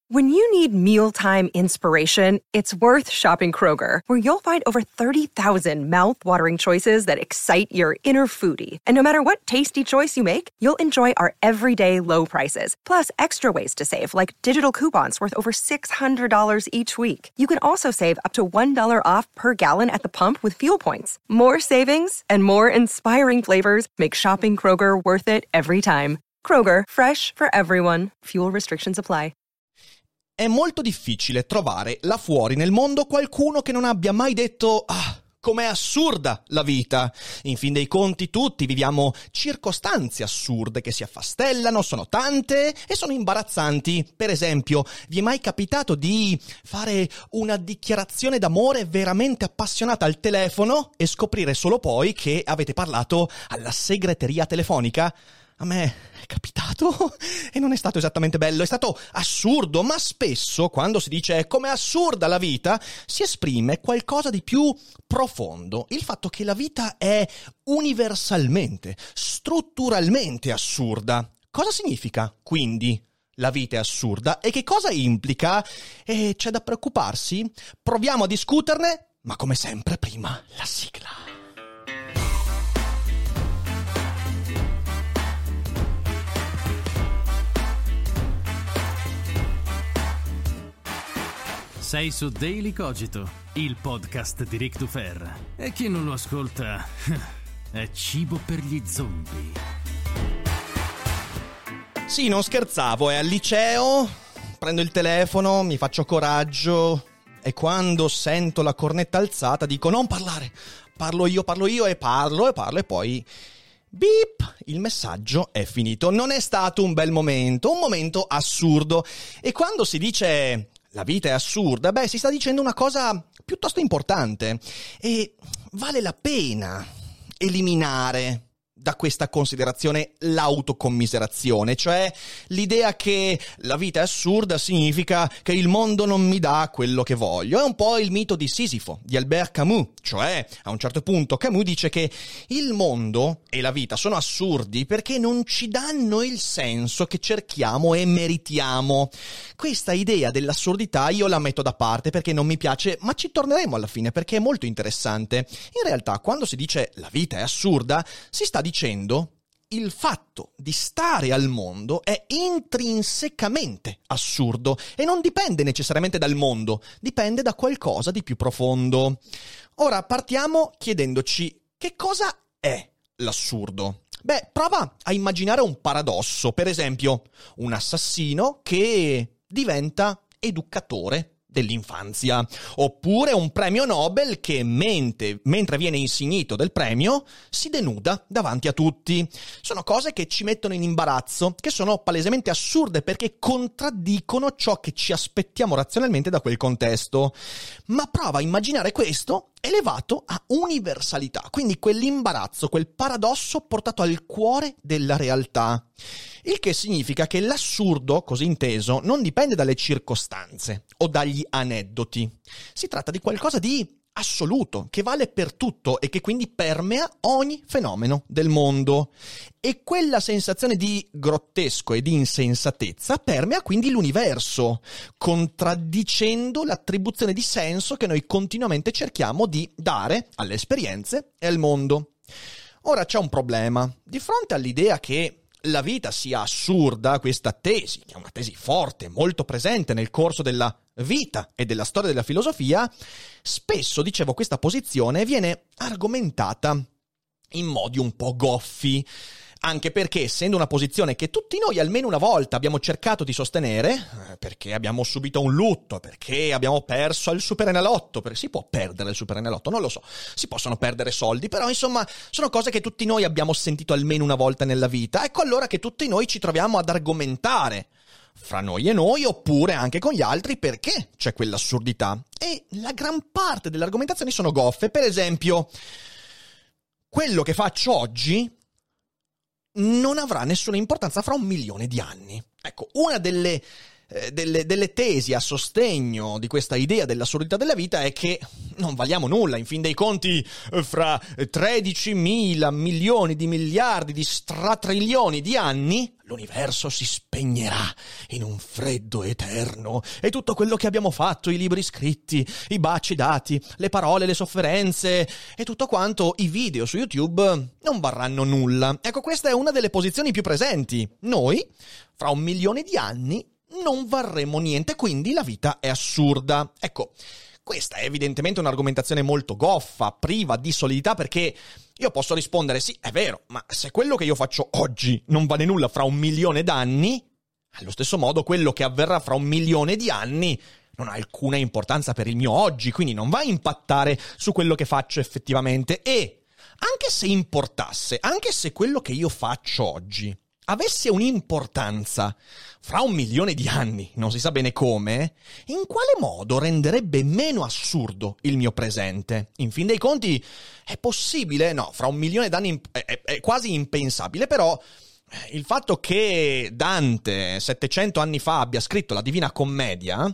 When you need mealtime inspiration, it's worth shopping Kroger, where you'll find over 30,000 mouth-watering choices that excite your inner foodie. And no matter what tasty choice you make, you'll enjoy our everyday low prices, plus extra ways to save, like digital coupons worth over $600 each week. You can also save up to $1 off per gallon at the pump with fuel points. More savings and more inspiring flavors make shopping Kroger worth it every time. Kroger, fresh for everyone. Fuel restrictions apply. È molto difficile trovare là fuori nel mondo qualcuno che non abbia mai detto com'è assurda la vita. In fin dei conti tutti viviamo circostanze assurde che si affastellano, sono tante e sono imbarazzanti. Per esempio, vi è mai capitato di fare una dichiarazione d'amore veramente appassionata al telefono e scoprire solo poi che avete parlato alla segreteria telefonica? A me è capitato e non è stato esattamente bello, è stato assurdo, ma spesso quando si dice com'è assurda la vita si esprime qualcosa di più profondo, il fatto che la vita è universalmente, strutturalmente assurda. Cosa significa quindi la vita è assurda e che cosa implica? E c'è da preoccuparsi? Proviamo a discuterne, ma come sempre prima la sigla. Sei su Daily Cogito, il podcast di Ric Dufer. E chi non lo ascolta è cibo per gli zombie. Sì, non scherzavo, è al liceo, prendo il telefono, mi faccio coraggio e quando sento la cornetta alzata dico non parlare, parlo io e parlo e poi beep, il messaggio è finito. Non è stato un bel momento, un momento assurdo. E quando si dice la vita è assurda, si sta dicendo una cosa piuttosto importante e vale la pena eliminare da questa considerazione l'autocommiserazione, cioè l'idea che la vita è assurda significa che il mondo non mi dà quello che voglio. È un po' il mito di Sisifo, di Albert Camus, cioè a un certo punto Camus dice che il mondo e la vita sono assurdi perché non ci danno il senso che cerchiamo e meritiamo. Questa idea dell'assurdità io la metto da parte perché non mi piace, ma ci torneremo alla fine perché è molto interessante. In realtà quando si dice la vita è assurda si sta dicendo il fatto di stare al mondo è intrinsecamente assurdo e non dipende necessariamente dal mondo, dipende da qualcosa di più profondo. Ora partiamo chiedendoci che cosa è l'assurdo. Prova a immaginare un paradosso, per esempio un assassino che diventa educatore dell'infanzia, oppure un premio Nobel che mentre viene insignito del premio si denuda davanti a tutti. Sono cose che ci mettono in imbarazzo, che sono palesemente assurde perché contraddicono ciò che ci aspettiamo razionalmente da quel contesto. Ma prova a immaginare questo elevato a universalità, quindi quell'imbarazzo, quel paradosso portato al cuore della realtà. Il che significa che l'assurdo, così inteso, non dipende dalle circostanze o dagli aneddoti. Si tratta di qualcosa di assoluto, che vale per tutto e che quindi permea ogni fenomeno del mondo. E quella sensazione di grottesco e di insensatezza permea quindi l'universo, contraddicendo l'attribuzione di senso che noi continuamente cerchiamo di dare alle esperienze e al mondo. Ora c'è un problema. Di fronte all'idea che la vita sia assurda, questa tesi, che è una tesi forte, molto presente nel corso della vita e della storia della filosofia, spesso, dicevo, questa posizione viene argomentata in modi un po' goffi, anche perché, essendo una posizione che tutti noi almeno una volta abbiamo cercato di sostenere, perché abbiamo subito un lutto, perché abbiamo perso al Superenalotto, perché si può perdere il Superenalotto, non lo so, si possono perdere soldi, però insomma sono cose che tutti noi abbiamo sentito almeno una volta nella vita. Ecco allora che tutti noi ci troviamo ad argomentare fra noi e noi, oppure anche con gli altri, perché c'è quell'assurdità. E la gran parte delle argomentazioni sono goffe. Per esempio, quello che faccio oggi non avrà nessuna importanza fra 1 milione di anni. Ecco, una delle delle tesi a sostegno di questa idea dell'assurdità della vita è che non valiamo nulla. In fin dei conti, fra 13.000 milioni di miliardi di stratrilioni di anni, l'universo si spegnerà in un freddo eterno e tutto quello che abbiamo fatto, i libri scritti, i baci dati, le parole, le sofferenze e tutto quanto, i video su YouTube, non varranno nulla. Ecco, questa è una delle posizioni più presenti. Noi, fra 1 milione di anni, non varremo niente, quindi la vita è assurda. Ecco, questa è evidentemente un'argomentazione molto goffa, priva di solidità, perché io posso rispondere sì, è vero, ma se quello che io faccio oggi non vale nulla fra 1 milione d'anni, allo stesso modo quello che avverrà fra 1 milione di anni non ha alcuna importanza per il mio oggi, quindi non va a impattare su quello che faccio effettivamente. E anche se importasse, anche se quello che io faccio oggi avesse un'importanza fra 1 milione di anni, non si sa bene come, in quale modo renderebbe meno assurdo il mio presente? In fin dei conti è possibile? No, fra 1 milione d'anni è quasi impensabile, però il fatto che Dante 700 anni fa abbia scritto la Divina Commedia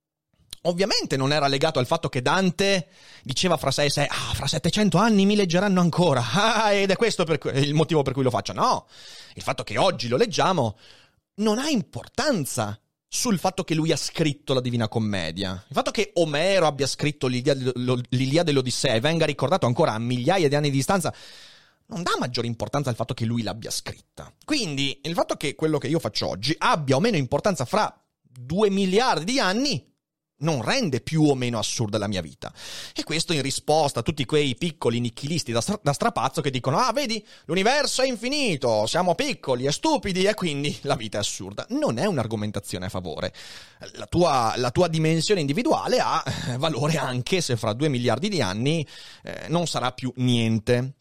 ovviamente non era legato al fatto che Dante diceva fra sé e sé: fra 700 anni mi leggeranno ancora, ed è questo il motivo per cui lo faccio. No, il fatto che oggi lo leggiamo non ha importanza sul fatto che lui ha scritto la Divina Commedia. Il fatto che Omero abbia scritto l'Iliade e l'Odissea e venga ricordato ancora a migliaia di anni di distanza non dà maggiore importanza al fatto che lui l'abbia scritta. Quindi il fatto che quello che io faccio oggi abbia o meno importanza fra 2 miliardi di anni non rende più o meno assurda la mia vita. E questo in risposta a tutti quei piccoli nichilisti da strapazzo che dicono: vedi, l'universo è infinito, siamo piccoli e stupidi e quindi la vita è assurda. Non è un'argomentazione a favore. La tua dimensione individuale ha valore anche se fra 2 miliardi di anni non sarà più niente.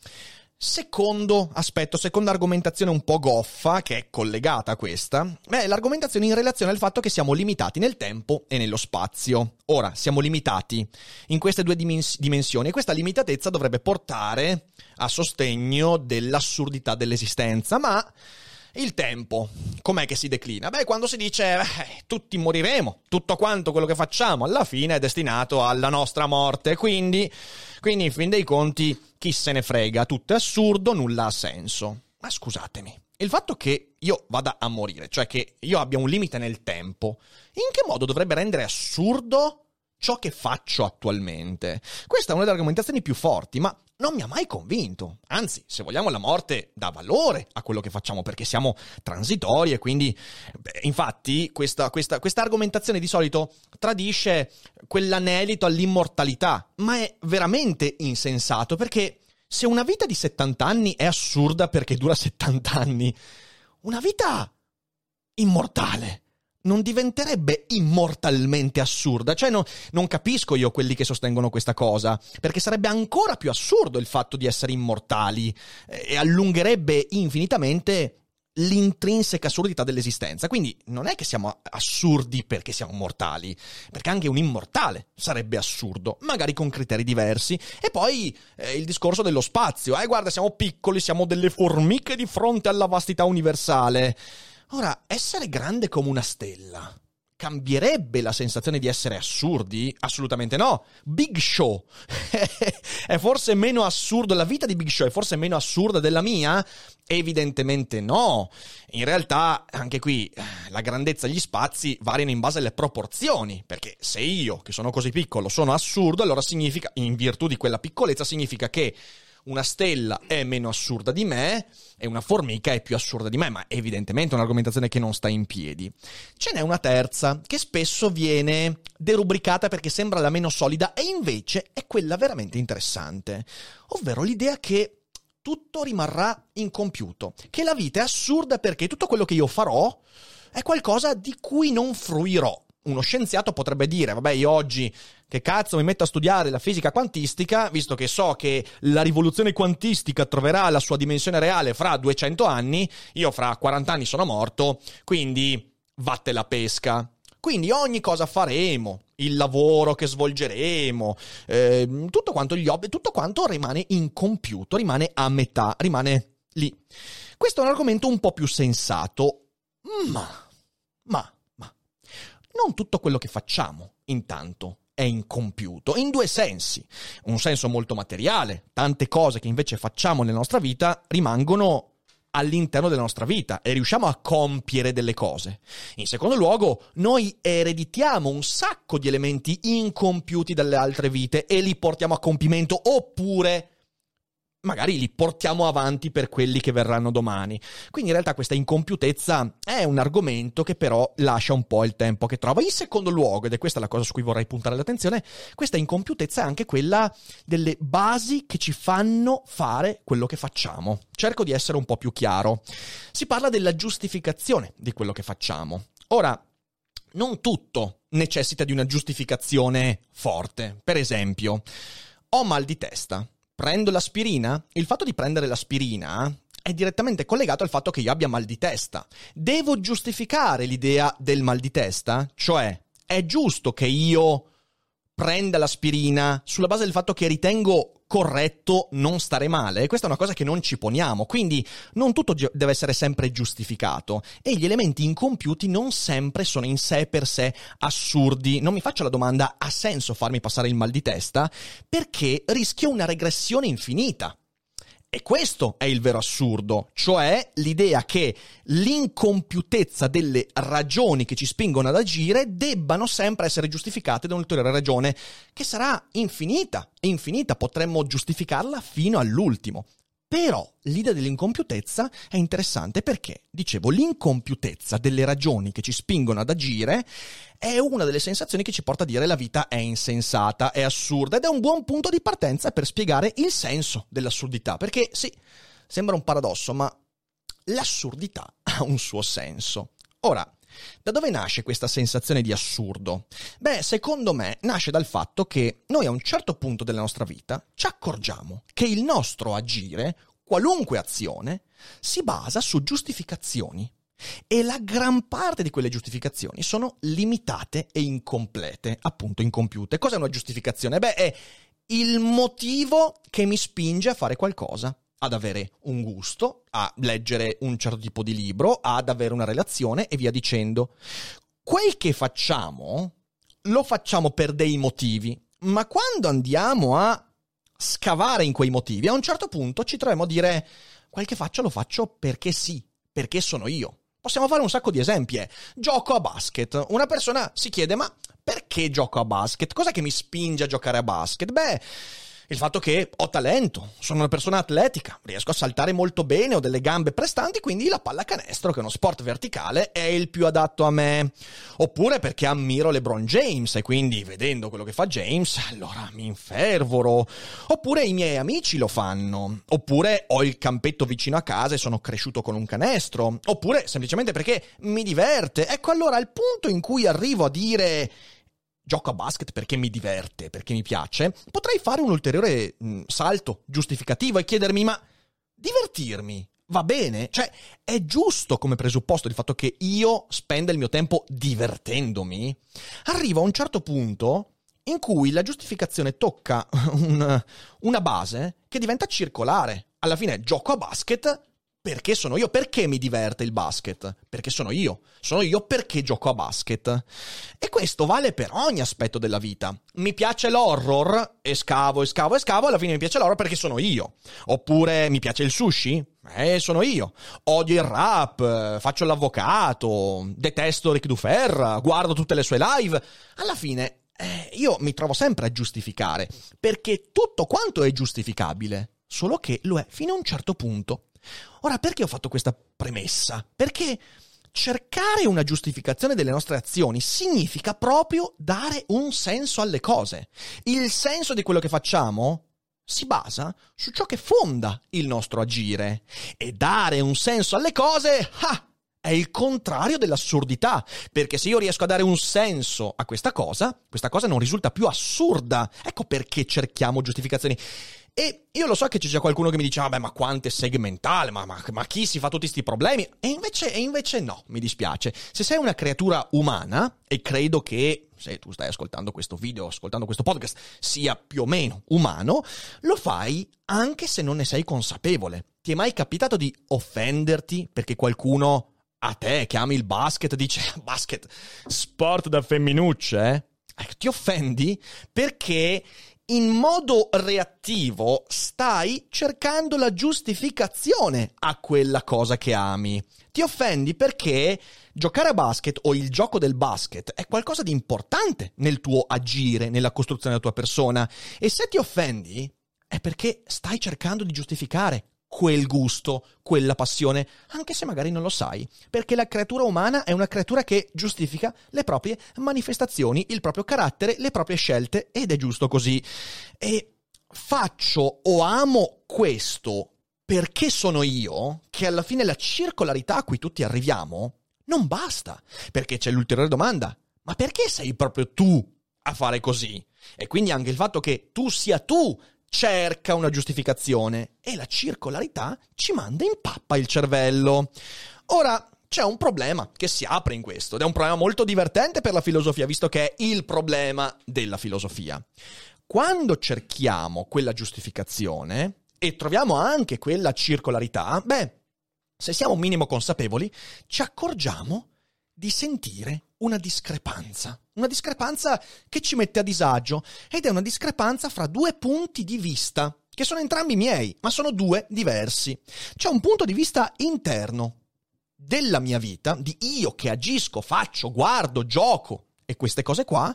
Secondo aspetto, seconda argomentazione un po' goffa, che è collegata a questa, è l'argomentazione in relazione al fatto che siamo limitati nel tempo e nello spazio. Ora, siamo limitati in queste 2 dimensioni e questa limitatezza dovrebbe portare a sostegno dell'assurdità dell'esistenza, ma il tempo, com'è che si declina? Quando si dice tutti moriremo, tutto quanto quello che facciamo alla fine è destinato alla nostra morte, quindi in fin dei conti chi se ne frega, tutto è assurdo, nulla ha senso. Ma scusatemi, il fatto che io vada a morire, cioè che io abbia un limite nel tempo, in che modo dovrebbe rendere assurdo ciò che faccio attualmente? Questa è una delle argomentazioni più forti, ma non mi ha mai convinto. Anzi, se vogliamo, la morte dà valore a quello che facciamo perché siamo transitori e quindi, infatti, questa argomentazione di solito tradisce quell'anelito all'immortalità, ma è veramente insensato, perché se una vita di 70 anni è assurda perché dura 70 anni, una vita immortale non diventerebbe immortalmente assurda? Cioè non capisco io quelli che sostengono questa cosa, perché sarebbe ancora più assurdo il fatto di essere immortali e allungherebbe infinitamente l'intrinseca assurdità dell'esistenza. Quindi non è che siamo assurdi perché siamo mortali, perché anche un immortale sarebbe assurdo, magari con criteri diversi. E poi il discorso dello spazio. Guarda, siamo piccoli, siamo delle formiche di fronte alla vastità universale. Ora, essere grande come una stella cambierebbe la sensazione di essere assurdi? Assolutamente no. Big Show è forse meno assurdo, la vita di Big Show è forse meno assurda della mia? Evidentemente no. In realtà, anche qui, la grandezza e gli spazi variano in base alle proporzioni, perché se io, che sono così piccolo, sono assurdo, allora significa, in virtù di quella piccolezza, significa che una stella è meno assurda di me e una formica è più assurda di me, ma evidentemente è un'argomentazione che non sta in piedi. Ce n'è una terza, che spesso viene derubricata perché sembra la meno solida e invece è quella veramente interessante, ovvero l'idea che tutto rimarrà incompiuto, che la vita è assurda perché tutto quello che io farò è qualcosa di cui non fruirò. Uno scienziato potrebbe dire: vabbè, io oggi che cazzo mi metto a studiare la fisica quantistica, visto che so che la rivoluzione quantistica troverà la sua dimensione reale fra 200 anni, io fra 40 anni sono morto, quindi vatte la pesca. Quindi ogni cosa faremo, il lavoro che svolgeremo, tutto quanto gli hobby, tutto quanto rimane incompiuto, rimane a metà, rimane lì. Questo è un argomento un po' più sensato, ma non tutto quello che facciamo, intanto, è incompiuto, in due sensi. Un senso molto materiale, tante cose che invece facciamo nella nostra vita rimangono all'interno della nostra vita e riusciamo a compiere delle cose. In secondo luogo, noi ereditiamo un sacco di elementi incompiuti dalle altre vite e li portiamo a compimento, oppure magari li portiamo avanti per quelli che verranno domani. Quindi in realtà questa incompiutezza è un argomento che però lascia un po' il tempo che trova. In secondo luogo, ed è questa la cosa su cui vorrei puntare l'attenzione, questa incompiutezza è anche quella delle basi che ci fanno fare quello che facciamo. Cerco di essere un po' più chiaro. Si parla della giustificazione di quello che facciamo. Ora, non tutto necessita di una giustificazione forte. Per esempio, ho mal di testa. Prendo l'aspirina? Il fatto di prendere l'aspirina è direttamente collegato al fatto che io abbia mal di testa. Devo giustificare l'idea del mal di testa? Cioè, è giusto che io prenda l'aspirina sulla base del fatto che ritengo corretto non stare male? Questa è una cosa che non ci poniamo, quindi non tutto deve essere sempre giustificato e gli elementi incompiuti non sempre sono in sé per sé assurdi. Non mi faccio la domanda: ha senso farmi passare il mal di testa? Perché rischio una regressione infinita. E questo è il vero assurdo, cioè l'idea che l'incompiutezza delle ragioni che ci spingono ad agire debbano sempre essere giustificate da un'ulteriore ragione che sarà infinita, e infinita, potremmo giustificarla fino all'ultimo. Però l'idea dell'incompiutezza è interessante perché, dicevo, l'incompiutezza delle ragioni che ci spingono ad agire è una delle sensazioni che ci porta a dire la vita è insensata, è assurda, ed è un buon punto di partenza per spiegare il senso dell'assurdità. Perché sì, sembra un paradosso, ma l'assurdità ha un suo senso. Ora, da dove nasce questa sensazione di assurdo? Beh, secondo me nasce dal fatto che noi a un certo punto della nostra vita ci accorgiamo che il nostro agire, qualunque azione, si basa su giustificazioni. E la gran parte di quelle giustificazioni sono limitate e incomplete, appunto incompiute. Cos'è una giustificazione? Beh, è il motivo che mi spinge a fare qualcosa. Ad avere un gusto, a leggere un certo tipo di libro, ad avere una relazione e via dicendo. Quel che facciamo, lo facciamo per dei motivi, ma quando andiamo a scavare in quei motivi, a un certo punto ci troviamo a dire: quel che faccio lo faccio perché sì, perché sono io. Possiamo fare un sacco di esempi. Gioco a basket. Una persona si chiede: ma perché gioco a basket? Cos'è che mi spinge a giocare a basket? Beh, il fatto che ho talento, sono una persona atletica, riesco a saltare molto bene, ho delle gambe prestanti, quindi la pallacanestro, che è uno sport verticale, è il più adatto a me. Oppure perché ammiro LeBron James e quindi vedendo quello che fa James, allora mi infervoro. Oppure i miei amici lo fanno. Oppure ho il campetto vicino a casa e sono cresciuto con un canestro. Oppure semplicemente perché mi diverte. Ecco, allora il punto in cui arrivo a dire: gioco a basket perché mi diverte, perché mi piace, potrei fare un ulteriore salto giustificativo e chiedermi: ma divertirmi va bene? Cioè, è giusto come presupposto il fatto che io spenda il mio tempo divertendomi? Arrivo a un certo punto in cui la giustificazione tocca una base che diventa circolare. Alla fine gioco a basket perché sono io. Perché mi diverte il basket? Perché sono io. Sono io perché gioco a basket. E questo vale per ogni aspetto della vita. Mi piace l'horror e scavo, alla fine mi piace l'horror perché sono io. Oppure mi piace il sushi? Sono io. Odio il rap, faccio l'avvocato, detesto Ric Dufer, guardo tutte le sue live. Alla fine io mi trovo sempre a giustificare, perché tutto quanto è giustificabile, solo che lo è fino a un certo punto. Ora, perché ho fatto questa premessa? Perché cercare una giustificazione delle nostre azioni significa proprio dare un senso alle cose. Il senso di quello che facciamo si basa su ciò che fonda il nostro agire. E dare un senso alle cose, è il contrario dell'assurdità, perché se io riesco a dare un senso a questa cosa non risulta più assurda. Ecco perché cerchiamo giustificazioni. E io lo so che c'è già qualcuno che mi dice: vabbè, ma quanto è segmentale, ma chi si fa tutti sti problemi? E invece no, mi dispiace. Se sei una creatura umana, e credo che se tu stai ascoltando questo video, ascoltando questo podcast, sia più o meno umano, lo fai anche se non ne sei consapevole. Ti è mai capitato di offenderti perché qualcuno a te che ami il basket, dice basket, sport da femminucce, ti offendi perché in modo reattivo stai cercando la giustificazione a quella cosa che ami. Ti offendi perché giocare a basket o il gioco del basket è qualcosa di importante nel tuo agire, nella costruzione della tua persona. E se ti offendi è perché stai cercando di giustificare quel gusto, quella passione, anche se magari non lo sai, perché la creatura umana è una creatura che giustifica le proprie manifestazioni, il proprio carattere, le proprie scelte, ed è giusto così. E faccio o amo questo perché sono io, che alla fine la circolarità a cui tutti arriviamo non basta, perché c'è l'ulteriore domanda: ma perché sei proprio tu a fare così? E quindi anche il fatto che tu sia tu cerca una giustificazione, e la circolarità ci manda in pappa il cervello. Ora, c'è un problema che si apre in questo, ed è un problema molto divertente per la filosofia, visto che è il problema della filosofia. Quando cerchiamo quella giustificazione e troviamo anche quella circolarità, se siamo un minimo consapevoli, ci accorgiamo di sentire una discrepanza che ci mette a disagio, ed è una discrepanza fra due punti di vista, che sono entrambi miei, ma sono due diversi. C'è un punto di vista interno della mia vita, di io che agisco, faccio, guardo, gioco e queste cose qua,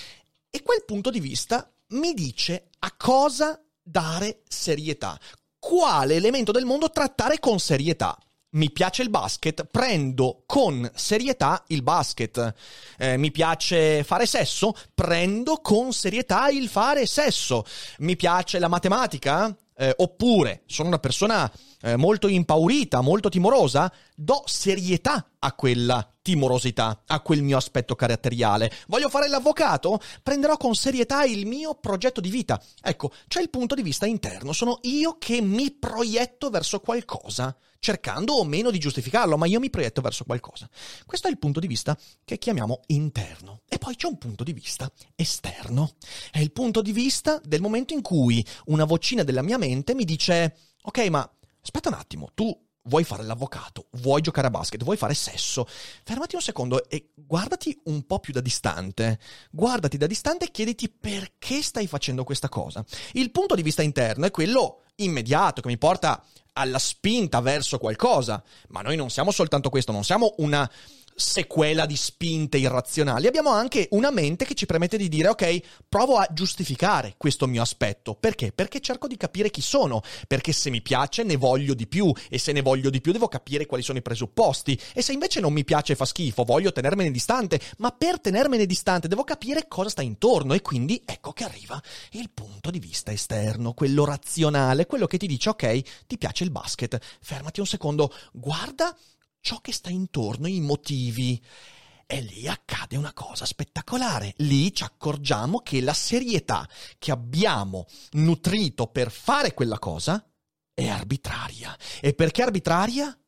e quel punto di vista mi dice a cosa dare serietà, quale elemento del mondo trattare con serietà. Mi piace il basket, prendo con serietà il basket. Mi piace fare sesso, prendo con serietà il fare sesso. Mi piace la matematica? Oppure sono una persona molto impaurita, molto timorosa, do serietà a quella timorosità, a quel mio aspetto caratteriale. Voglio fare l'avvocato? Prenderò con serietà il mio progetto di vita. Ecco, c'è il punto di vista interno, sono io che mi proietto verso qualcosa, cercando o meno di giustificarlo, ma io mi proietto verso qualcosa. Questo è il punto di vista che chiamiamo interno. E poi c'è un punto di vista esterno. È il punto di vista del momento in cui una vocina della mia mente mi dice: ok, ma aspetta un attimo, tu vuoi fare l'avvocato, vuoi giocare a basket, vuoi fare sesso, fermati un secondo e guardati un po' più da distante. Guardati da distante e chiediti perché stai facendo questa cosa. Il punto di vista interno è quello immediato che mi porta alla spinta verso qualcosa, ma noi non siamo soltanto questo, non siamo una sequela di spinte irrazionali, abbiamo anche una mente che ci permette di dire: ok, provo a giustificare questo mio aspetto. Perché? Perché cerco di capire chi sono, perché se mi piace ne voglio di più, e se ne voglio di più devo capire quali sono i presupposti, e se invece non mi piace e fa schifo voglio tenermene distante, ma per tenermene distante devo capire cosa sta intorno, e quindi ecco che arriva il punto di vista esterno, quello razionale, quello che ti dice: ok, ti piace il basket, fermati un secondo, guarda ciò che sta intorno, i motivi. E lì accade una cosa spettacolare. Lì ci accorgiamo che la serietà che abbiamo nutrito per fare quella cosa è arbitraria. E perché arbitraria?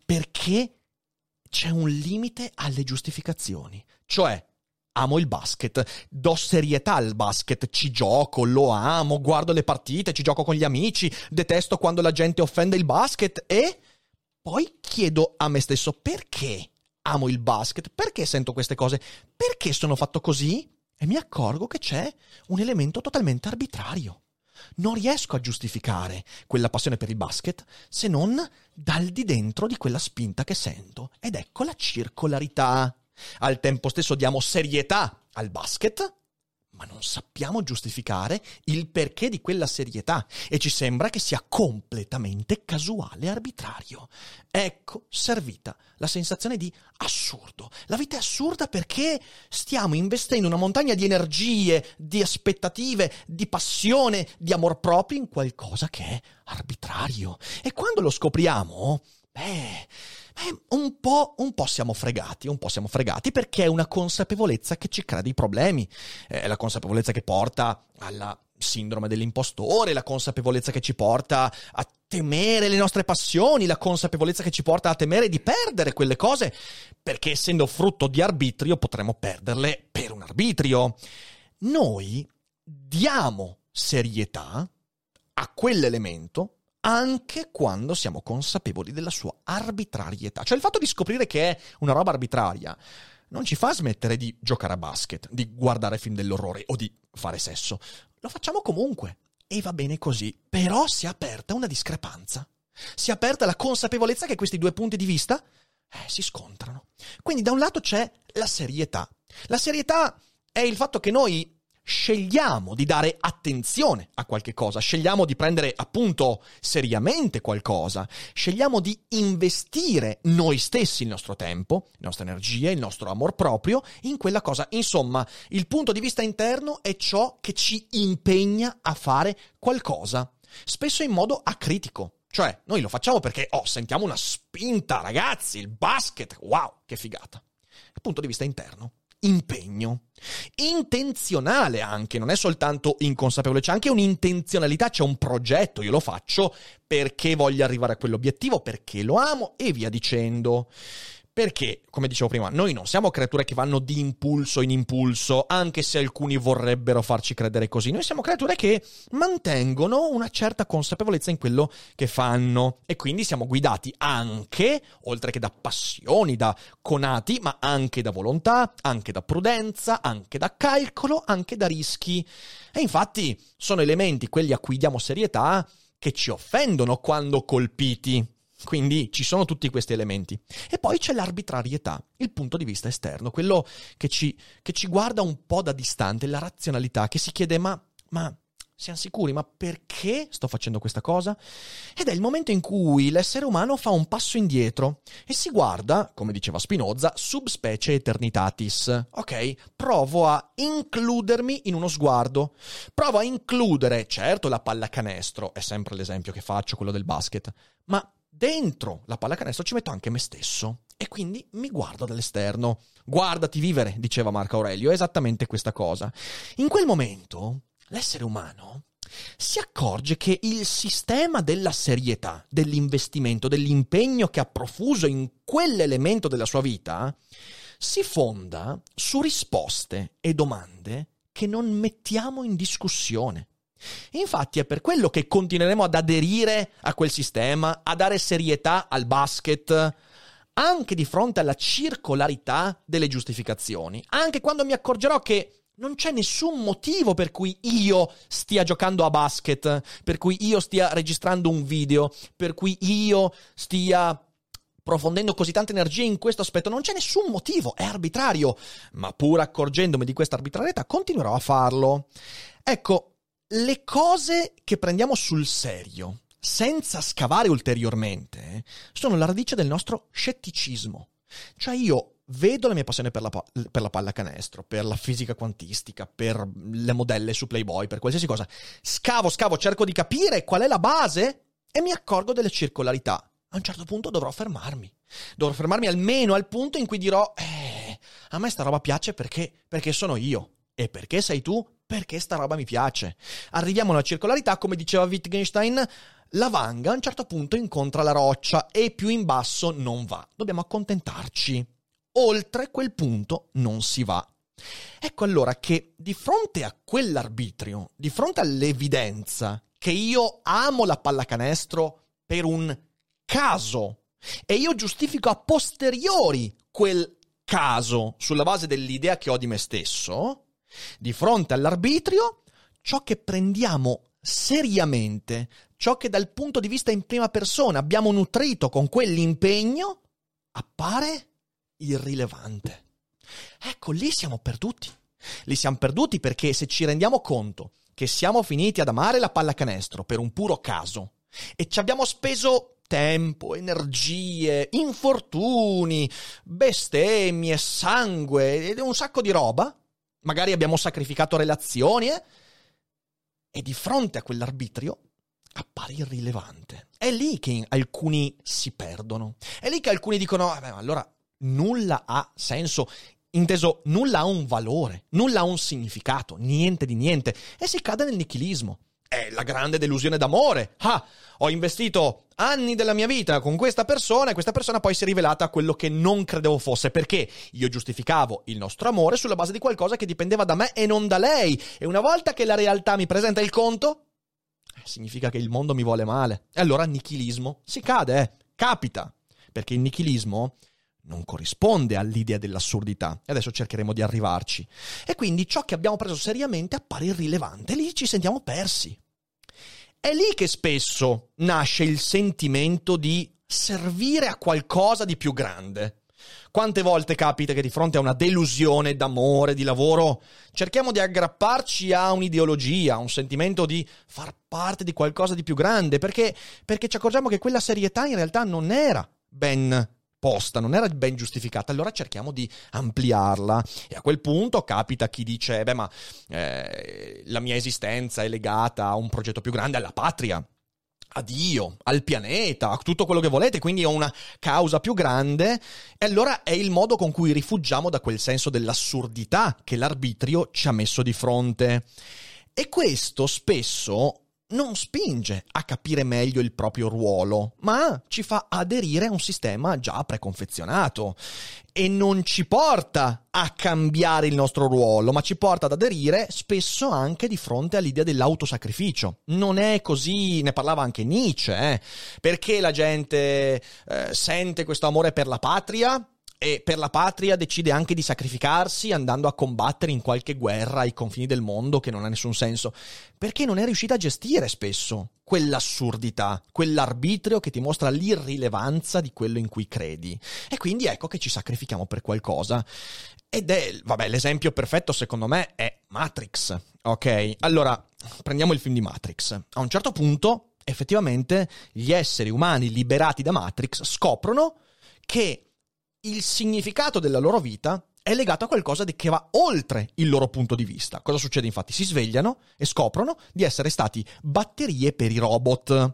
Perché c'è un limite alle giustificazioni. Cioè, amo il basket, do serietà al basket, ci gioco, lo amo, guardo le partite, ci gioco con gli amici, detesto quando la gente offende il basket, e poi chiedo a me stesso: perché amo il basket? Perché sento queste cose? Perché sono fatto così? E mi accorgo che c'è un elemento totalmente arbitrario. Non riesco a giustificare quella passione per il basket se non dal di dentro di quella spinta che sento. Ed ecco la circolarità. Al tempo stesso diamo serietà al basket, ma non sappiamo giustificare il perché di quella serietà, e ci sembra che sia completamente casuale e arbitrario. Ecco servita la sensazione di assurdo. La vita è assurda perché stiamo investendo una montagna di energie, di aspettative, di passione, di amor proprio in qualcosa che è arbitrario. E quando lo scopriamo, un po' siamo fregati perché è una consapevolezza che ci crea dei problemi, è la consapevolezza che porta alla sindrome dell'impostore, la consapevolezza che ci porta a temere le nostre passioni, la consapevolezza che ci porta a temere di perdere quelle cose, perché essendo frutto di arbitrio potremmo perderle per un arbitrio. Noi diamo serietà a quell'elemento, anche quando siamo consapevoli della sua arbitrarietà. Cioè il fatto di scoprire che è una roba arbitraria non ci fa smettere di giocare a basket, di guardare film dell'orrore o di fare sesso. Lo facciamo comunque e va bene così. Però si è aperta una discrepanza. Si è aperta la consapevolezza che questi due punti di vista si scontrano. Quindi da un lato c'è la serietà. La serietà è il fatto che noi scegliamo di dare attenzione a qualche cosa, scegliamo di prendere appunto seriamente qualcosa, scegliamo di investire noi stessi il nostro tempo, le nostre energie, il nostro amor proprio in quella cosa. Insomma, il punto di vista interno è ciò che ci impegna a fare qualcosa, spesso in modo acritico. Cioè, noi lo facciamo perché, sentiamo una spinta, ragazzi, il basket, wow, che figata. Il punto di vista interno. Impegno. Intenzionale anche, non è soltanto inconsapevole, c'è anche un'intenzionalità, c'è un progetto, io lo faccio perché voglio arrivare a quell'obiettivo, perché lo amo e via dicendo. Perché, come dicevo prima, noi non siamo creature che vanno di impulso in impulso, anche se alcuni vorrebbero farci credere così. Noi siamo creature che mantengono una certa consapevolezza in quello che fanno e quindi siamo guidati anche, oltre che da passioni, da conati, ma anche da volontà, anche da prudenza, anche da calcolo, anche da rischi. E infatti sono elementi, quelli a cui diamo serietà, che ci offendono quando colpiti. Quindi ci sono tutti questi elementi. E poi c'è l'arbitrarietà, il punto di vista esterno, quello che ci guarda un po' da distante, la razionalità, che si chiede ma siamo sicuri? Ma perché sto facendo questa cosa? Ed è il momento in cui l'essere umano fa un passo indietro e si guarda, come diceva Spinoza, subspecie eternitatis. Ok, provo a includermi in uno sguardo. Provo a includere, certo, la pallacanestro, è sempre l'esempio che faccio, quello del basket, ma dentro la pallacanestro ci metto anche me stesso e quindi mi guardo dall'esterno. Guardati vivere, diceva Marco Aurelio, è esattamente questa cosa. In quel momento l'essere umano si accorge che il sistema della serietà, dell'investimento, dell'impegno che ha profuso in quell'elemento della sua vita si fonda su risposte e domande che non mettiamo in discussione. Infatti è per quello che continueremo ad aderire a quel sistema, a dare serietà al basket, anche di fronte alla circolarità delle giustificazioni, anche quando mi accorgerò che non c'è nessun motivo per cui io stia giocando a basket, per cui io stia registrando un video, per cui io stia profondendo così tanta energia in questo aspetto. Non c'è nessun motivo, è arbitrario, ma pur accorgendomi di questa arbitrarietà continuerò a farlo. Ecco, le cose che prendiamo sul serio, senza scavare ulteriormente, sono la radice del nostro scetticismo. Cioè io vedo la mia passione per la pallacanestro, per la fisica quantistica, per le modelle su Playboy, per qualsiasi cosa. Scavo, cerco di capire qual è la base e mi accorgo delle circolarità. A un certo punto dovrò fermarmi. Dovrò fermarmi almeno al punto in cui dirò a me sta roba piace perché sono io. E perché sei tu? Perché sta roba mi piace. Arriviamo alla circolarità, come diceva Wittgenstein, la vanga a un certo punto incontra la roccia e più in basso non va. Dobbiamo accontentarci. Oltre quel punto non si va. Ecco allora che di fronte a quell'arbitrio, di fronte all'evidenza che io amo la pallacanestro per un caso e io giustifico a posteriori quel caso sulla base dell'idea che ho di me stesso, di fronte all'arbitrio, ciò che prendiamo seriamente, ciò che dal punto di vista in prima persona abbiamo nutrito con quell'impegno, appare irrilevante. Ecco, lì siamo perduti. Lì siamo perduti perché se ci rendiamo conto che siamo finiti ad amare la pallacanestro per un puro caso e ci abbiamo speso tempo, energie, infortuni, bestemmie, sangue e un sacco di roba, magari abbiamo sacrificato relazioni e di fronte a quell'arbitrio appare irrilevante. È lì che alcuni si perdono. È lì che alcuni dicono allora nulla ha senso, inteso nulla ha un valore, nulla ha un significato, niente di niente, e si cade nel nichilismo. È la grande delusione d'amore. Ho investito anni della mia vita con questa persona e questa persona poi si è rivelata quello che non credevo fosse, perché io giustificavo il nostro amore sulla base di qualcosa che dipendeva da me e non da lei. E una volta che la realtà mi presenta il conto, significa che il mondo mi vuole male. E allora nichilismo si cade, capita, perché il nichilismo non corrisponde all'idea dell'assurdità. E adesso cercheremo di arrivarci. E quindi ciò che abbiamo preso seriamente appare irrilevante. Lì ci sentiamo persi. È lì che spesso nasce il sentimento di servire a qualcosa di più grande. Quante volte capita che di fronte a una delusione d'amore, di lavoro, cerchiamo di aggrapparci a un'ideologia, a un sentimento di far parte di qualcosa di più grande, perché ci accorgiamo che quella serietà in realtà non era ben posta, non era ben giustificata, allora cerchiamo di ampliarla e a quel punto capita chi dice la mia esistenza è legata a un progetto più grande, alla patria, a Dio, al pianeta, a tutto quello che volete, quindi ho una causa più grande, e allora è il modo con cui rifuggiamo da quel senso dell'assurdità che l'arbitrio ci ha messo di fronte. E questo spesso non spinge a capire meglio il proprio ruolo, ma ci fa aderire a un sistema già preconfezionato e non ci porta a cambiare il nostro ruolo, ma ci porta ad aderire spesso anche di fronte all'idea dell'autosacrificio. Non è così, ne parlava anche Nietzsche, perché la gente sente questo amore per la patria e per la patria decide anche di sacrificarsi andando a combattere in qualche guerra ai confini del mondo che non ha nessun senso, perché non è riuscita a gestire spesso quell'assurdità, quell'arbitrio che ti mostra l'irrilevanza di quello in cui credi. E quindi ecco che ci sacrifichiamo per qualcosa. Ed è, l'esempio perfetto secondo me è Matrix, ok? Allora, prendiamo il film di Matrix. A un certo punto, effettivamente, gli esseri umani liberati da Matrix scoprono che il significato della loro vita è legato a qualcosa che va oltre il loro punto di vista. Cosa succede infatti? Si svegliano e scoprono di essere stati batterie per i robot.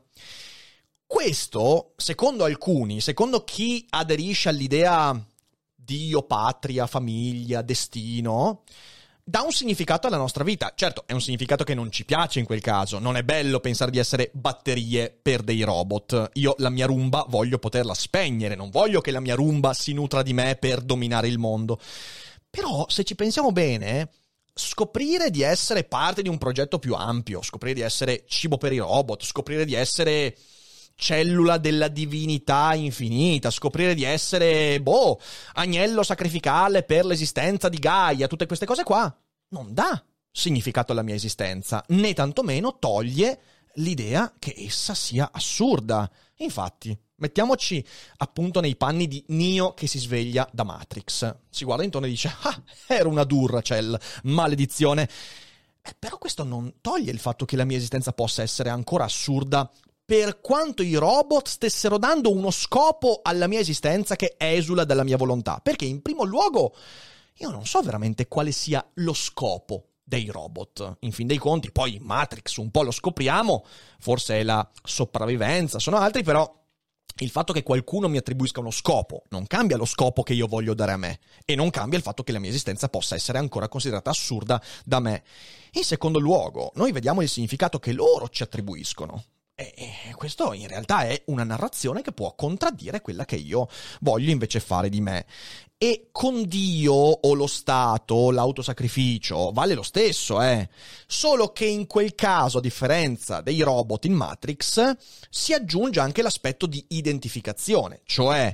Questo, secondo alcuni, secondo chi aderisce all'idea Dio, patria, famiglia, destino, dà un significato alla nostra vita. Certo, è un significato che non ci piace in quel caso. Non è bello pensare di essere batterie per dei robot. Io la mia Roomba voglio poterla spegnere, non voglio che la mia Roomba si nutra di me per dominare il mondo. Però, se ci pensiamo bene, scoprire di essere parte di un progetto più ampio, scoprire di essere cibo per i robot, scoprire di essere cellula della divinità infinita, scoprire di essere, agnello sacrificale per l'esistenza di Gaia, tutte queste cose qua, non dà significato alla mia esistenza, né tantomeno toglie l'idea che essa sia assurda. Infatti, mettiamoci appunto nei panni di Neo che si sveglia da Matrix. Si guarda intorno e dice, era una Duracell, maledizione. Però questo non toglie il fatto che la mia esistenza possa essere ancora assurda, per quanto i robot stessero dando uno scopo alla mia esistenza che esula dalla mia volontà. Perché in primo luogo io non so veramente quale sia lo scopo dei robot. In fin dei conti, poi Matrix un po' lo scopriamo, forse è la sopravvivenza, sono altri, però il fatto che qualcuno mi attribuisca uno scopo non cambia lo scopo che io voglio dare a me, e non cambia il fatto che la mia esistenza possa essere ancora considerata assurda da me. In secondo luogo, noi vediamo il significato che loro ci attribuiscono. E questo in realtà è una narrazione che può contraddire quella che io voglio invece fare di me. E con Dio o lo Stato, l'autosacrificio, vale lo stesso, Solo che in quel caso, a differenza dei robot in Matrix, si aggiunge anche l'aspetto di identificazione. Cioè,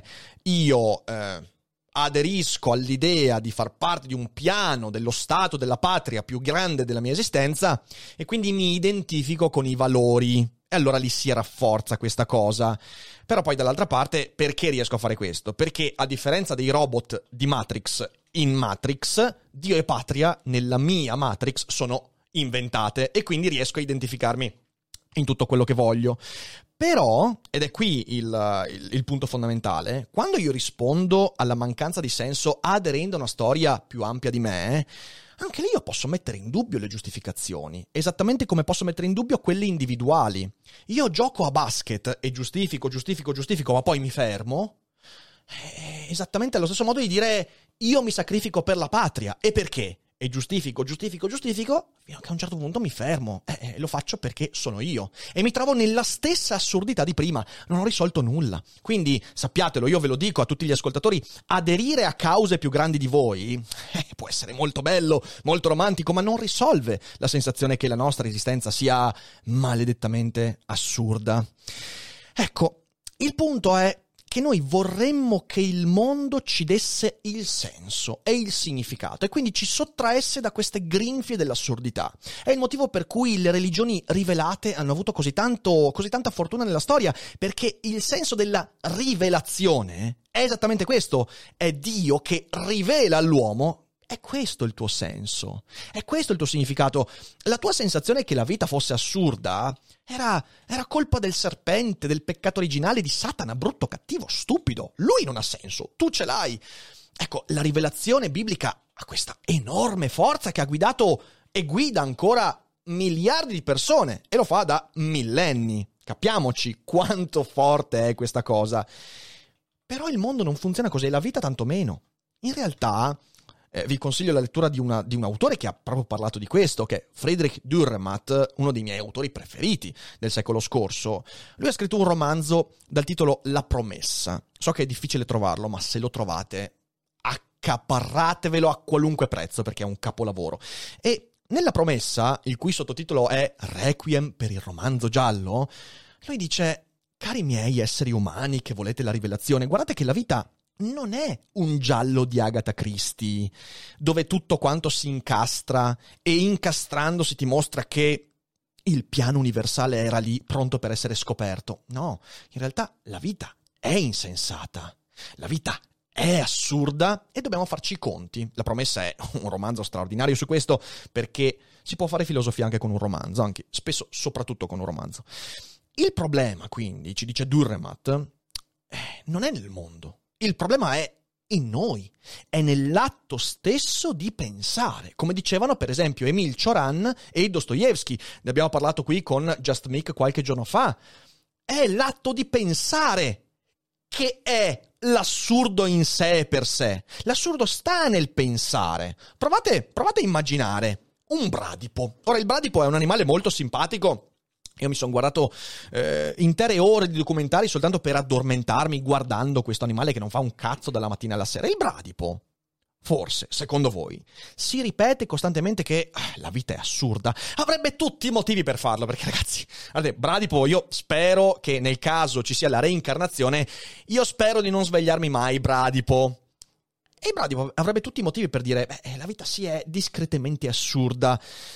io aderisco all'idea di far parte di un piano dello Stato, della patria più grande della mia esistenza, e quindi mi identifico con i valori. E allora lì si rafforza questa cosa. Però poi dall'altra parte, perché riesco a fare questo? Perché a differenza dei robot di Matrix, in Matrix, Dio e patria nella mia Matrix sono inventate, e quindi riesco a identificarmi in tutto quello che voglio. Però, ed è qui il punto fondamentale, quando io rispondo alla mancanza di senso aderendo a una storia più ampia di me, anche lì io posso mettere in dubbio le giustificazioni, esattamente come posso mettere in dubbio quelle individuali. Io gioco a basket e giustifico, ma poi mi fermo. Esattamente allo stesso modo di dire io mi sacrifico per la patria. E perché? e giustifico, fino a che a un certo punto mi fermo. Lo faccio perché sono io. E mi trovo nella stessa assurdità di prima. Non ho risolto nulla. Quindi, sappiatelo, io ve lo dico a tutti gli ascoltatori, aderire a cause più grandi di voi può essere molto bello, molto romantico, ma non risolve la sensazione che la nostra esistenza sia maledettamente assurda. Ecco, il punto è che noi vorremmo che il mondo ci desse il senso e il significato e quindi ci sottraesse da queste grinfie dell'assurdità. È il motivo per cui le religioni rivelate hanno avuto così tanta fortuna nella storia, perché il senso della rivelazione è esattamente questo, è Dio che rivela all'uomo. È questo il tuo senso, è questo il tuo significato. La tua sensazione che la vita fosse assurda era colpa del serpente, del peccato originale di Satana, brutto, cattivo, stupido. Lui non ha senso, tu ce l'hai. Ecco, la rivelazione biblica ha questa enorme forza che ha guidato e guida ancora miliardi di persone e lo fa da millenni. Capiamoci quanto forte è questa cosa. Però il mondo non funziona così, la vita tanto meno. In realtà vi consiglio la lettura di un autore che ha proprio parlato di questo, che è Friedrich Dürrenmatt, uno dei miei autori preferiti del secolo scorso. Lui ha scritto un romanzo dal titolo La promessa. So che è difficile trovarlo, ma se lo trovate, accaparratevelo a qualunque prezzo, perché è un capolavoro. E nella promessa, il cui sottotitolo è Requiem per il romanzo giallo, lui dice: cari miei esseri umani che volete la rivelazione, guardate che la vita non è un giallo di Agatha Christie, dove tutto quanto si incastra e incastrandosi ti mostra che il piano universale era lì, pronto per essere scoperto. No, in realtà la vita è insensata, la vita è assurda e dobbiamo farci i conti. La promessa è un romanzo straordinario su questo, perché si può fare filosofia anche con un romanzo, anche spesso soprattutto con un romanzo. Il problema, quindi, ci dice Dürrenmatt, non è nel mondo. Il problema è in noi, è nell'atto stesso di pensare, come dicevano per esempio Emil Cioran e Dostoevsky. Ne abbiamo parlato qui con Just Mick qualche giorno fa. È l'atto di pensare che è l'assurdo in sé e per sé. L'assurdo sta nel pensare. Provate a immaginare un bradipo. Ora, il bradipo è un animale molto simpatico. Io mi sono guardato intere ore di documentari soltanto per addormentarmi guardando questo animale che non fa un cazzo dalla mattina alla sera. Il bradipo, forse, secondo voi, si ripete costantemente che la vita è assurda? Avrebbe tutti i motivi per farlo, perché ragazzi, guardate, bradipo, io spero che nel caso ci sia la reincarnazione, io spero di non svegliarmi mai, bradipo. E il bradipo avrebbe tutti i motivi per dire, la vita sì è discretamente assurda.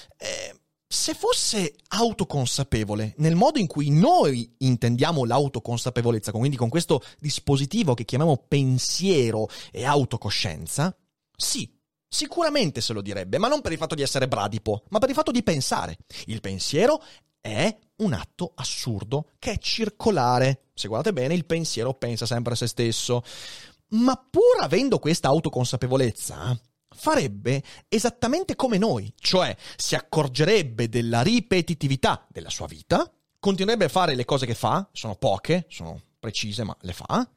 Se fosse autoconsapevole nel modo in cui noi intendiamo l'autoconsapevolezza, quindi con questo dispositivo che chiamiamo pensiero e autocoscienza, sì, sicuramente se lo direbbe, ma non per il fatto di essere bradipo, ma per il fatto di pensare. Il pensiero è un atto assurdo che è circolare. Se guardate bene, il pensiero pensa sempre a se stesso. Ma pur avendo questa autoconsapevolezza, farebbe esattamente come noi, cioè si accorgerebbe della ripetitività della sua vita, continuerebbe a fare le cose che fa, sono poche, sono precise, ma le fa,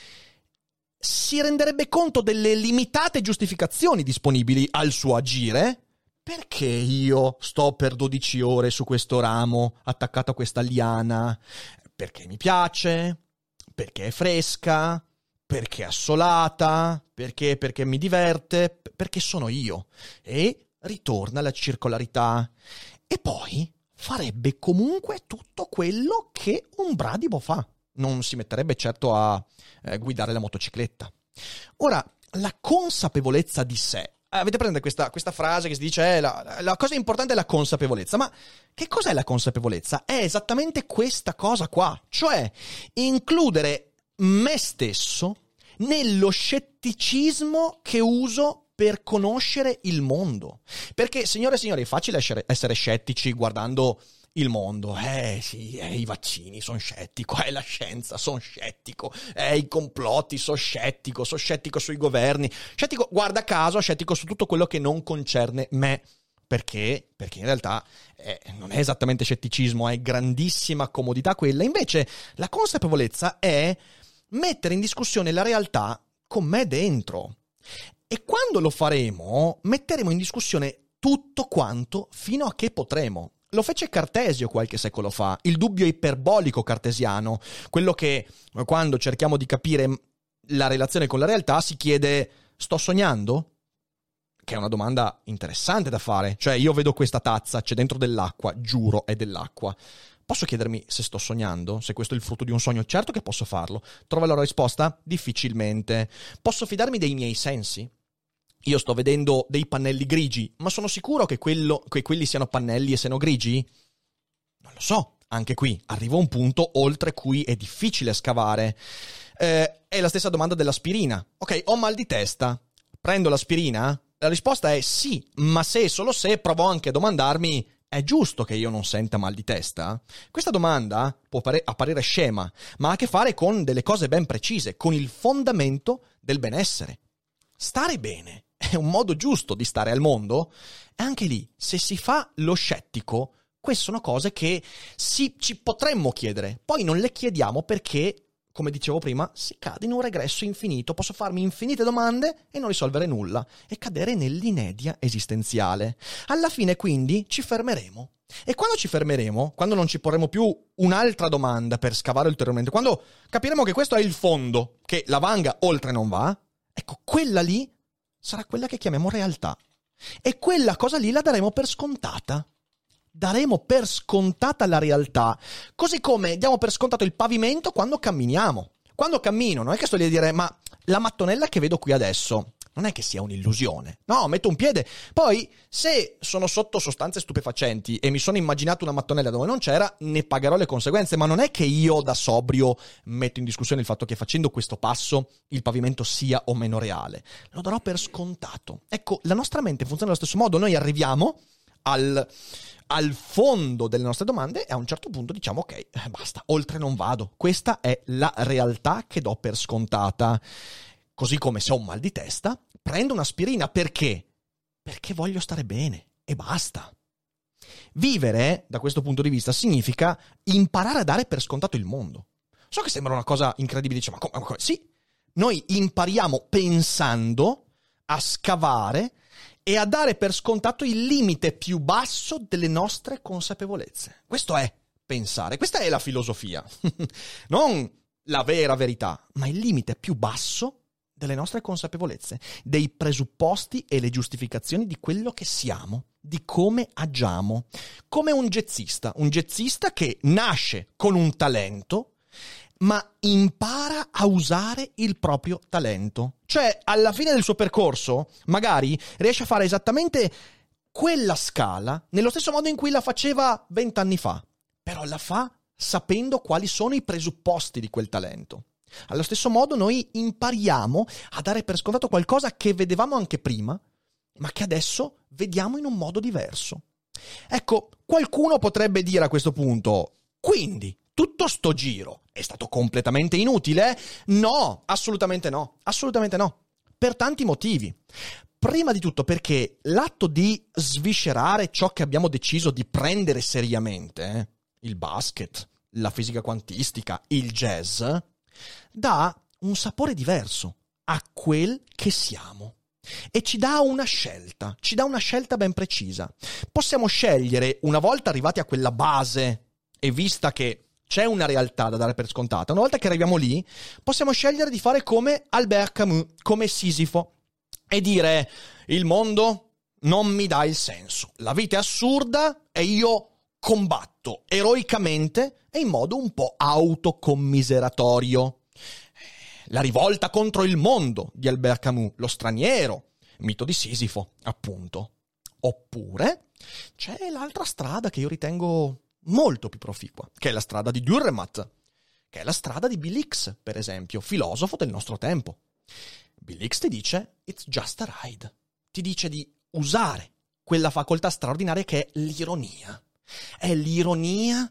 si renderebbe conto delle limitate giustificazioni disponibili al suo agire. Perché io sto per 12 ore su questo ramo attaccato a questa liana? Perché mi piace, perché è fresca, perché è assolata, perché mi diverte, perché sono io. E ritorna alla circolarità. E poi farebbe comunque tutto quello che un bradipo fa. Non si metterebbe certo a guidare la motocicletta. Ora, la consapevolezza di sé. Avete presente questa frase che si dice la cosa importante è la consapevolezza. Ma che cos'è la consapevolezza? È esattamente questa cosa qua. Cioè, includere me stesso nello scetticismo che uso per conoscere il mondo. Perché, signore e signori, è facile essere scettici guardando il mondo. Sì, i vaccini, sono scettico, la scienza, sono scettico, i complotti, sono scettico sui governi, scettico, guarda caso, scettico su tutto quello che non concerne me. Perché in realtà non è esattamente scetticismo, è grandissima comodità quella. Invece la consapevolezza è mettere in discussione la realtà con me dentro. E quando lo faremo, metteremo in discussione tutto quanto fino a che potremo. Lo fece Cartesio qualche secolo fa, il dubbio iperbolico cartesiano, quello che quando cerchiamo di capire la relazione con la realtà si chiede: sto sognando? Che è una domanda interessante da fare. Cioè, io vedo questa tazza, c'è dentro dell'acqua, giuro è dell'acqua. Posso chiedermi se sto sognando? Se questo è il frutto di un sogno? Certo che posso farlo. Trovo la risposta? Difficilmente. Posso fidarmi dei miei sensi? Io sto vedendo dei pannelli grigi, ma sono sicuro che quelli siano pannelli e siano grigi? Non lo so. Anche qui arriva un punto oltre cui è difficile scavare. È la stessa domanda dell'aspirina. Ok, ho mal di testa. Prendo l'aspirina? La risposta è sì, ma se e solo se provo anche a domandarmi: è giusto che io non senta mal di testa? Questa domanda può apparire scema, ma ha a che fare con delle cose ben precise, con il fondamento del benessere. Stare bene è un modo giusto di stare al mondo? E anche lì, se si fa lo scettico, queste sono cose che ci potremmo chiedere. Poi non le chiediamo perché, come dicevo prima, si cade in un regresso infinito. Posso farmi infinite domande e non risolvere nulla e cadere nell'inedia esistenziale. Alla fine, quindi, ci fermeremo. E quando ci fermeremo, quando non ci porremo più un'altra domanda per scavare ulteriormente, quando capiremo che questo è il fondo, che la vanga oltre non va, ecco, quella lì sarà quella che chiamiamo realtà. E quella cosa lì la daremo per scontata. Daremo per scontata la realtà, così come diamo per scontato il pavimento quando camminiamo. Quando cammino non è che sto lì a dire: ma la mattonella che vedo qui adesso non è che sia un'illusione. No, metto un piede. Poi, se sono sotto sostanze stupefacenti e mi sono immaginato una mattonella dove non c'era, ne pagherò le conseguenze. Ma non è che io da sobrio metto in discussione il fatto che facendo questo passo il pavimento sia o meno reale. Lo darò per scontato. Ecco, la nostra mente funziona allo stesso modo. Noi arriviamo al fondo delle nostre domande e a un certo punto diciamo: ok, basta, oltre non vado. Questa è la realtà che do per scontata. Così come se ho un mal di testa, prendo un'aspirina. Perché? Perché voglio stare bene e basta. Vivere, da questo punto di vista, significa imparare a dare per scontato il mondo. So che sembra una cosa incredibile, dice, ma come? Sì, noi impariamo pensando a scavare e a dare per scontato il limite più basso delle nostre consapevolezze. Questo è pensare, questa è la filosofia. Non la vera verità, ma il limite più basso delle nostre consapevolezze, dei presupposti e le giustificazioni di quello che siamo, di come agiamo. Come un jazzista che nasce con un talento, ma impara a usare il proprio talento. Cioè, alla fine del suo percorso, magari riesce a fare esattamente quella scala nello stesso modo in cui la faceva 20 anni fa, però la fa sapendo quali sono i presupposti di quel talento. Allo stesso modo noi impariamo a dare per scontato qualcosa che vedevamo anche prima, ma che adesso vediamo in un modo diverso. Ecco, qualcuno potrebbe dire a questo punto: quindi tutto sto giro è stato completamente inutile? No, assolutamente no, per tanti motivi. Prima di tutto perché l'atto di sviscerare ciò che abbiamo deciso di prendere seriamente, il basket, la fisica quantistica, il jazz, dà un sapore diverso a quel che siamo e ci dà una scelta ben precisa. Possiamo scegliere, una volta arrivati a quella base e vista che c'è una realtà da dare per scontata, una volta che arriviamo lì, possiamo scegliere di fare come Albert Camus, come Sisifo, e dire: il mondo non mi dà il senso, la vita è assurda e io combatto eroicamente e in modo un po' autocommiseratorio. La rivolta contro il mondo di Albert Camus, Lo straniero, mito di Sisifo, appunto. Oppure c'è l'altra strada che io ritengo molto più proficua, che è la strada di Dürrenmatt, che è la strada di Bill Hicks, per esempio, filosofo del nostro tempo. Bill Hicks ti dice: it's just a ride. Ti dice di usare quella facoltà straordinaria che è l'ironia. È l'ironia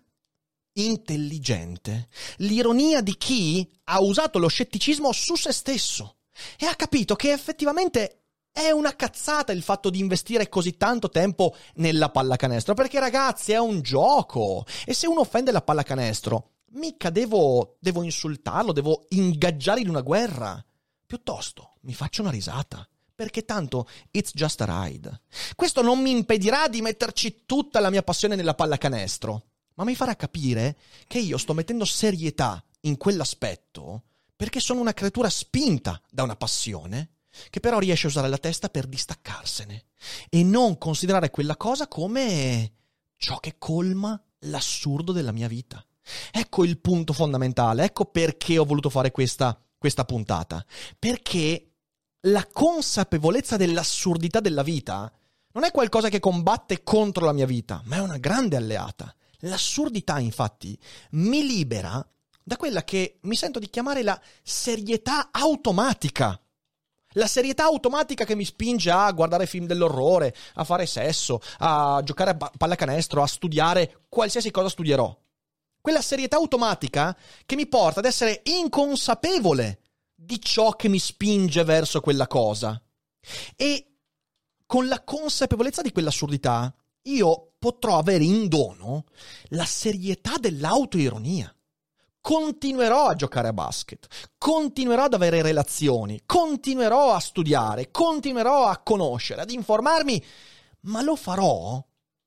intelligente, l'ironia di chi ha usato lo scetticismo su se stesso e ha capito che effettivamente è una cazzata il fatto di investire così tanto tempo nella pallacanestro, perché ragazzi è un gioco e se uno offende la pallacanestro mica devo insultarlo, devo ingaggiare in una guerra. Piuttosto mi faccio una risata, perché tanto it's just a ride. Questo non mi impedirà di metterci tutta la mia passione nella pallacanestro, ma mi farà capire che io sto mettendo serietà in quell'aspetto perché sono una creatura spinta da una passione che però riesce a usare la testa per distaccarsene e non considerare quella cosa come ciò che colma l'assurdo della mia vita. Ecco il punto fondamentale, ecco perché ho voluto fare questa puntata, perché la consapevolezza dell'assurdità della vita non è qualcosa che combatte contro la mia vita, ma è una grande alleata. L'assurdità, infatti, mi libera da quella che mi sento di chiamare la serietà automatica. La serietà automatica che mi spinge a guardare film dell'orrore, a fare sesso, a giocare a pallacanestro, a studiare qualsiasi cosa studierò. Quella serietà automatica che mi porta ad essere inconsapevole di ciò che mi spinge verso quella cosa. E con la consapevolezza di quell'assurdità, io potrò avere in dono la serietà dell'autoironia. Continuerò a giocare a basket, continuerò ad avere relazioni, continuerò a studiare, continuerò a conoscere, ad informarmi, ma lo farò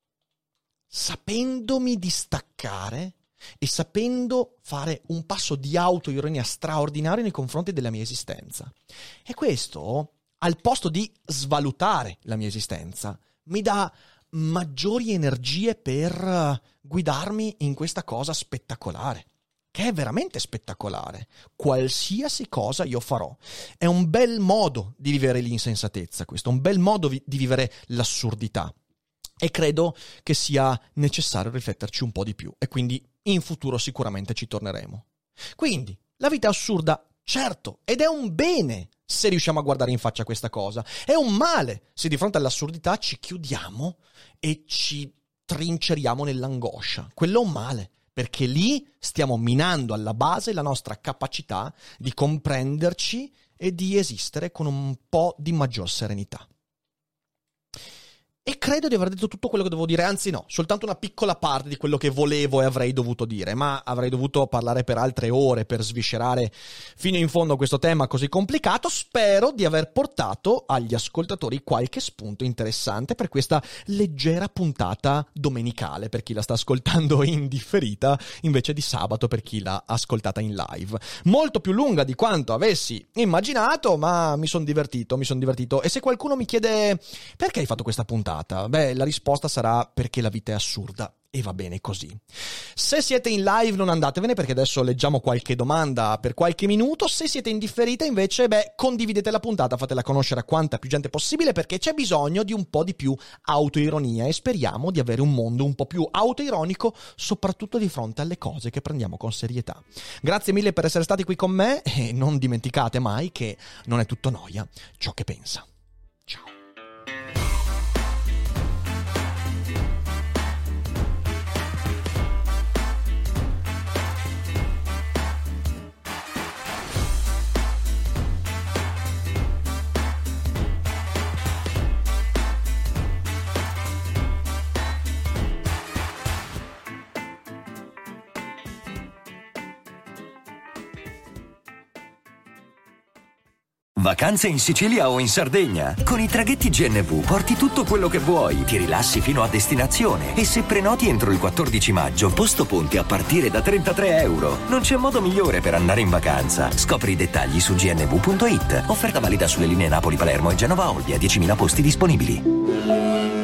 sapendomi distaccare e sapendo fare un passo di autoironia straordinario nei confronti della mia esistenza. E questo, al posto di svalutare la mia esistenza, mi dà maggiori energie per guidarmi in questa cosa spettacolare, che è veramente spettacolare. Qualsiasi cosa io farò. È un bel modo di vivere l'insensatezza, questo, un bel modo di vivere l'assurdità. E credo che sia necessario rifletterci un po' di più. E quindi in futuro sicuramente ci torneremo. Quindi, la vita è assurda, certo, ed è un bene se riusciamo a guardare in faccia questa cosa. È un male se di fronte all'assurdità ci chiudiamo e ci trinceriamo nell'angoscia. Quello è un male, perché lì stiamo minando alla base la nostra capacità di comprenderci e di esistere con un po' di maggior serenità. E credo di aver detto tutto quello che dovevo dire, anzi no, soltanto una piccola parte di quello che volevo e avrei dovuto dire, ma avrei dovuto parlare per altre ore per sviscerare fino in fondo questo tema così complicato. Spero di aver portato agli ascoltatori qualche spunto interessante per questa leggera puntata domenicale, per chi la sta ascoltando in differita, invece di sabato per chi l'ha ascoltata in live. Molto più lunga di quanto avessi immaginato, ma mi sono divertito. E se qualcuno mi chiede perché hai fatto questa puntata? Beh, la risposta sarà perché la vita è assurda e va bene così. Se siete in live non andatevene, perché adesso leggiamo qualche domanda per qualche minuto. Se siete in differita invece, condividete la puntata, fatela conoscere a quanta più gente possibile, perché c'è bisogno di un po' di più autoironia e speriamo di avere un mondo un po' più autoironico, soprattutto di fronte alle cose che prendiamo con serietà. Grazie mille per essere stati qui con me e non dimenticate mai che non è tutto noia ciò che pensa. Vacanze in Sicilia o in Sardegna? Con i traghetti GNV porti tutto quello che vuoi, ti rilassi fino a destinazione e se prenoti entro il 14 maggio, posto ponti a partire da €33. Non c'è modo migliore per andare in vacanza. Scopri i dettagli su gnv.it. Offerta valida sulle linee Napoli-Palermo e Genova-Olbia, 10.000 posti disponibili.